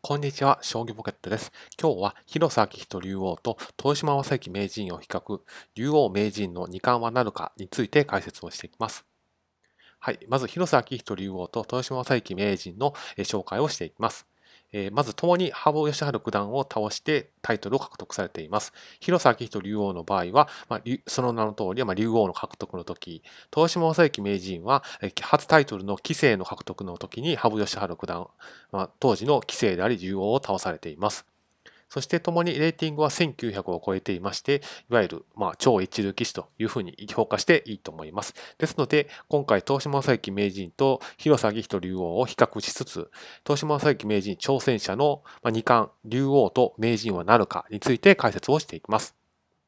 こんにちは、将棋ポケットです。今日は広瀬章人竜王と豊島将之名人を比較、竜王名人の二冠はなるかについて解説をしていきます。はい、まず広瀬章人竜王と豊島将之名人の紹介をしていきます。まず共に羽生善治九段を倒してタイトルを獲得されています。広瀬章人竜王の場合は、その名の通り、竜王の獲得の時、豊島将之名人は初タイトルの棋聖の獲得の時に羽生善治九段、当時の棋聖であり竜王を倒されています。そして共にレーティングは1900を超えていまして、いわゆる超一流棋士というふうに評価していいと思います。ですので、今回、東島正幸名人と広瀬章人竜王を比較しつつ、東島正幸名人挑戦者の二冠、竜王と名人はなるかについて解説をしていきます。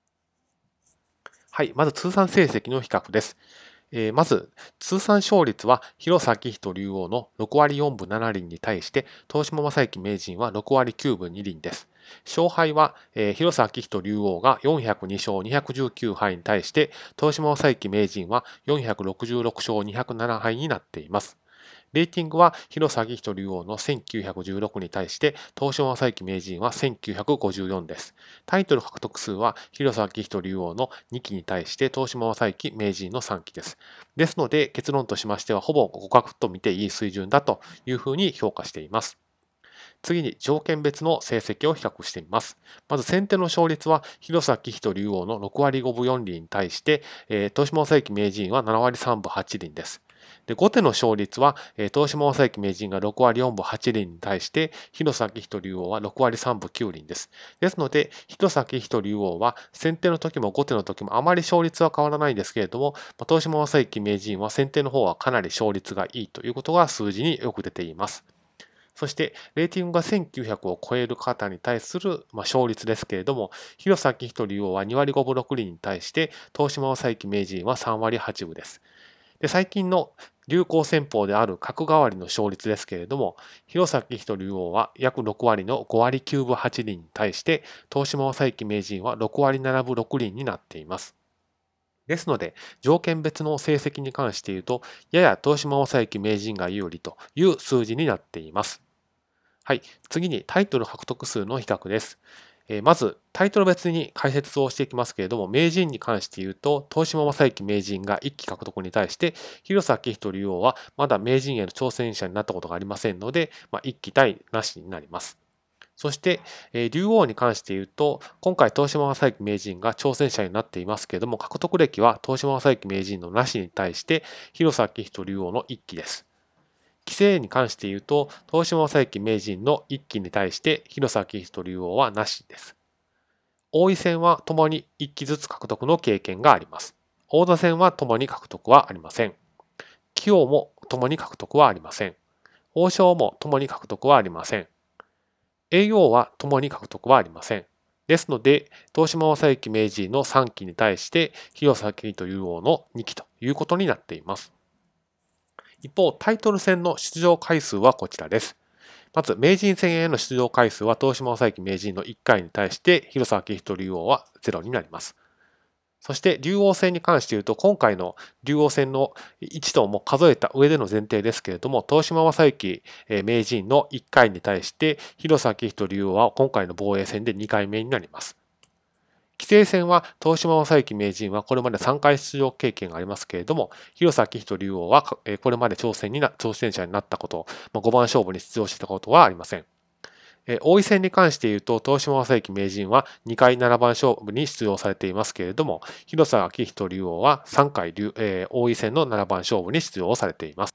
はい、まず通算成績の比較です。まず、通算勝率は広瀬章人竜王の6割4分7厘に対して、東島正幸名人は6割9分2厘です。勝敗は、広瀬章人竜王が402勝219敗に対して、東島正幸名人は466勝207敗になっています。レーティングは広瀬章人竜王の1916に対して東島正幸名人は1954です。タイトル獲得数は広瀬章人竜王の2期に対して東島正幸名人の3期です。ですので結論としましてはほぼ互角と見ていい水準だというふうに評価しています。次に条件別の成績を比較してみます。まず先手の勝率は広瀬章人竜王の6割5分4厘に対して、東島正幸名人は7割3分8厘です。で後手の勝率は、東島正幸名人が6割4分8厘に対して、広瀬章人竜王は6割3分9厘です。ですので、広瀬章人竜王は先手の時も後手の時もあまり勝率は変わらないんですけれども、東島正幸名人は先手の方はかなり勝率がいいということが数字によく出ています。そして、レーティングが1900を超える方に対する勝率ですけれども、広瀬章人竜王は2割5分6厘に対して、東島正幸名人は3割8分です。で最近の流行戦法である角換わりの勝率ですけれども、広瀬章人竜王は約6割の5割9分8厘に対して、東島正幸名人は6割7分6厘になっています。ですので、条件別の成績に関して言うと、やや東島正幸名人が有利という数字になっています。はい、次にタイトル獲得数の比較です。まず、タイトル別に解説をしていきますけれども、名人に関して言うと、東島正幸名人が1期獲得に対して、広瀬章人竜王はまだ名人への挑戦者になったことがありませんので、1期対なしになります。そして、竜王に関して言うと、今回東島正幸名人が挑戦者になっていますけれども、獲得歴は東島正幸名人のなしに対して、広瀬章人竜王の1期です。棋聖に関して言うと、東島正幸名人の1期に対して広瀬章人竜王はなしです。王位戦は共に1期ずつ獲得の経験があります。王座戦は共に獲得はありません。棋王も共に獲得はありません。王将も共に獲得はありません。叡王は共に獲得はありません。ですので、東島正幸名人の3期に対して広瀬章人竜王の2期ということになっています。一方、タイトル戦の出場回数はこちらです。まず、名人戦への出場回数は東島正幸名人の1回に対して、広瀬章人竜王は0になります。そして、竜王戦に関して言うと、今回の竜王戦の1とも数えた上での前提ですけれども、東島正幸名人の1回に対して、広瀬章人竜王は今回の防衛戦で2回目になります。棋聖戦は東島正幸名人はこれまで3回出場経験がありますけれども、広瀬章人竜王はこれまで挑戦者になったこと、5番勝負に出場したことはありません。王位戦に関して言うと、東島正幸名人は2回7番勝負に出場されていますけれども、広瀬章人竜王は3回王位戦の7番勝負に出場されています。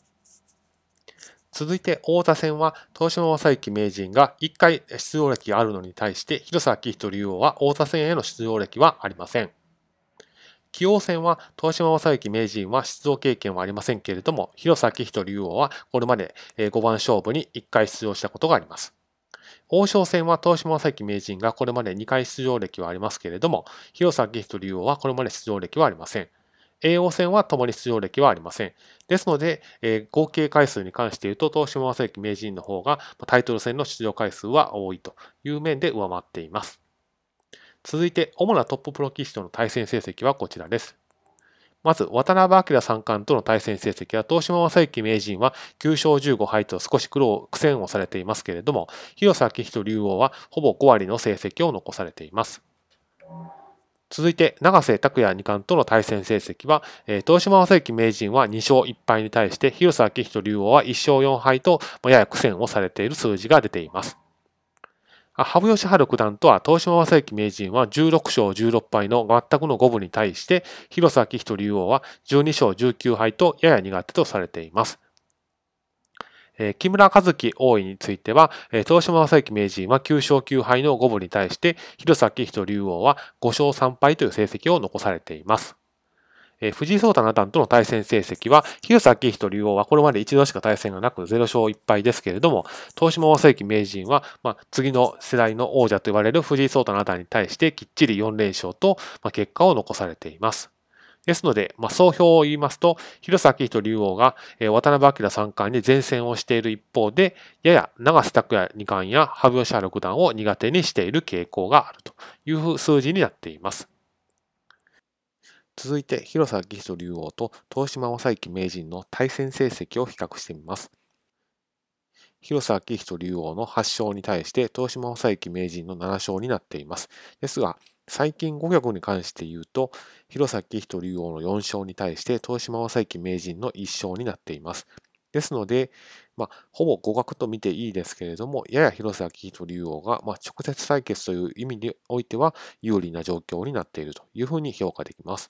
続いて王座戦は東島正幸名人が1回出場歴があるのに対して広瀬章人竜王は王座戦への出場歴はありません。棋王戦は東島正幸名人は出場経験はありませんけれども、広瀬章人竜王はこれまで5番勝負に1回出場したことがあります。王将戦は東島正幸名人がこれまで2回出場歴はありますけれども、広瀬章人竜王はこれまで出場歴はありません。叡王戦は共に出場歴はありません。ですので、合計回数に関して言うと、東島正幸名人の方がタイトル戦の出場回数は多いという面で上回っています。続いて、主なトッププロ棋士との対戦成績はこちらです。 まず、渡辺明三冠との対戦成績は、東島正幸名人は9勝15敗と少し苦戦をされていますけれども、広瀬章人竜王はほぼ5割の成績を残されています。続いて、永瀬拓也二冠との対戦成績は、東島正幸名人は2勝1敗に対して、広瀬章人竜王は1勝4敗と、やや苦戦をされている数字が出ています。羽生善治九段とは東島正幸名人は16勝16敗の全くの五分に対して、広瀬章人竜王は12勝19敗とやや苦手とされています。木村一基王位については、東島正幸名人は9勝9敗の五分に対して、広瀬章人竜王は5勝3敗という成績を残されています。藤井聡太七段との対戦成績は、広瀬章人竜王はこれまで一度しか対戦がなく0勝1敗ですけれども、東島正幸名人は、次の世代の王者と言われる藤井聡太七段に対してきっちり4連勝と、結果を残されています。ですので、総評を言いますと、広瀬章人竜王が渡辺明三冠に善戦をしている一方で、やや永瀬拓也二冠や羽生善治九段を苦手にしている傾向があるという数字になっています。続いて、広瀬章人竜王と東島正幸名人の対戦成績を比較してみます。広瀬章人竜王の8勝に対して東島正幸名人の7勝になっています。ですが、最近5局に関して言うと、広瀬章人竜王の4勝に対して東島正幸名人の1勝になっています。ですので、ほぼ互角と見ていいですけれども、やや広瀬章人竜王が、直接対決という意味においては有利な状況になっているというふうに評価できます。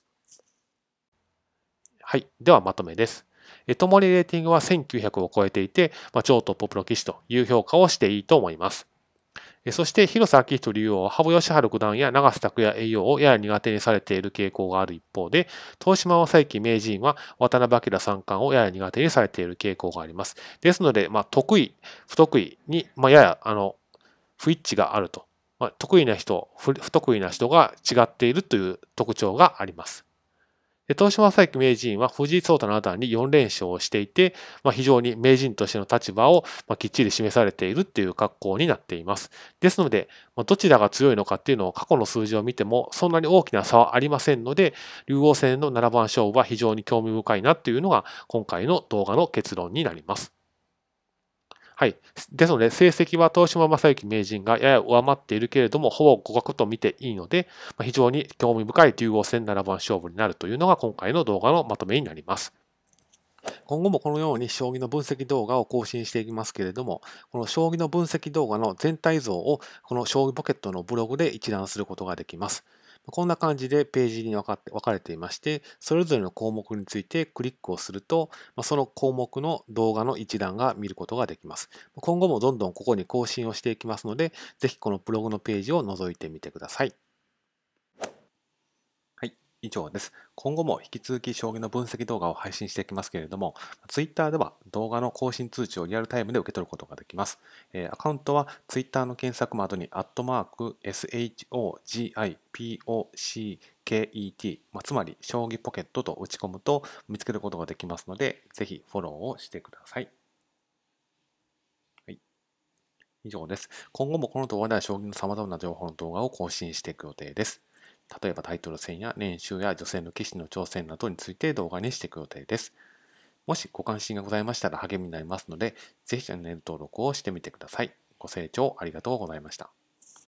はい。ではまとめです。ともにレーティングは1900を超えていて、超トッププロ棋士という評価をしていいと思います。そして、広瀬章人竜王は羽生善治九段や永瀬拓也栄誉をやや苦手にされている傾向がある一方で、東島正幸名人は渡辺明三冠をやや苦手にされている傾向があります。ですので、得意、不得意に、やや不一致があると。得意な人、不得意な人が違っているという特徴があります。東島正幸名人は藤井聡太七段に4連勝をしていて、非常に名人としての立場をきっちり示されているという格好になっています。ですので、どちらが強いのかっていうのを過去の数字を見てもそんなに大きな差はありませんので、竜王戦の7番勝負は非常に興味深いなというのが今回の動画の結論になります。はい。ですので、成績は東島正幸名人がやや上回っているけれども、ほぼ互角と見ていいので、非常に興味深い竜王戦7番勝負になるというのが今回の動画のまとめになります。今後もこのように将棋の分析動画を更新していきますけれども、この将棋の分析動画の全体像をこの将棋ポケットのブログで一覧することができます。こんな感じでページに分かれていまして、それぞれの項目についてクリックをすると、その項目の動画の一覧が見ることができます。今後もどんどんここに更新をしていきますので、ぜひこのブログのページを覗いてみてください。以上です。今後も引き続き将棋の分析動画を配信していきますけれども、Twitter では動画の更新通知をリアルタイムで受け取ることができます。アカウントは Twitter の検索窓に@SHOGIPOCKET、つまり将棋ポケットと打ち込むと見つけることができますので、ぜひフォローをしてください。以上です。今後もこの動画では将棋の様々な情報の動画を更新していく予定です。例えばタイトル戦や練習や女性の棋士の挑戦などについて動画にしていく予定です。もしご関心がございましたら励みになりますので、ぜひチャンネル登録をしてみてください。ご清聴ありがとうございました。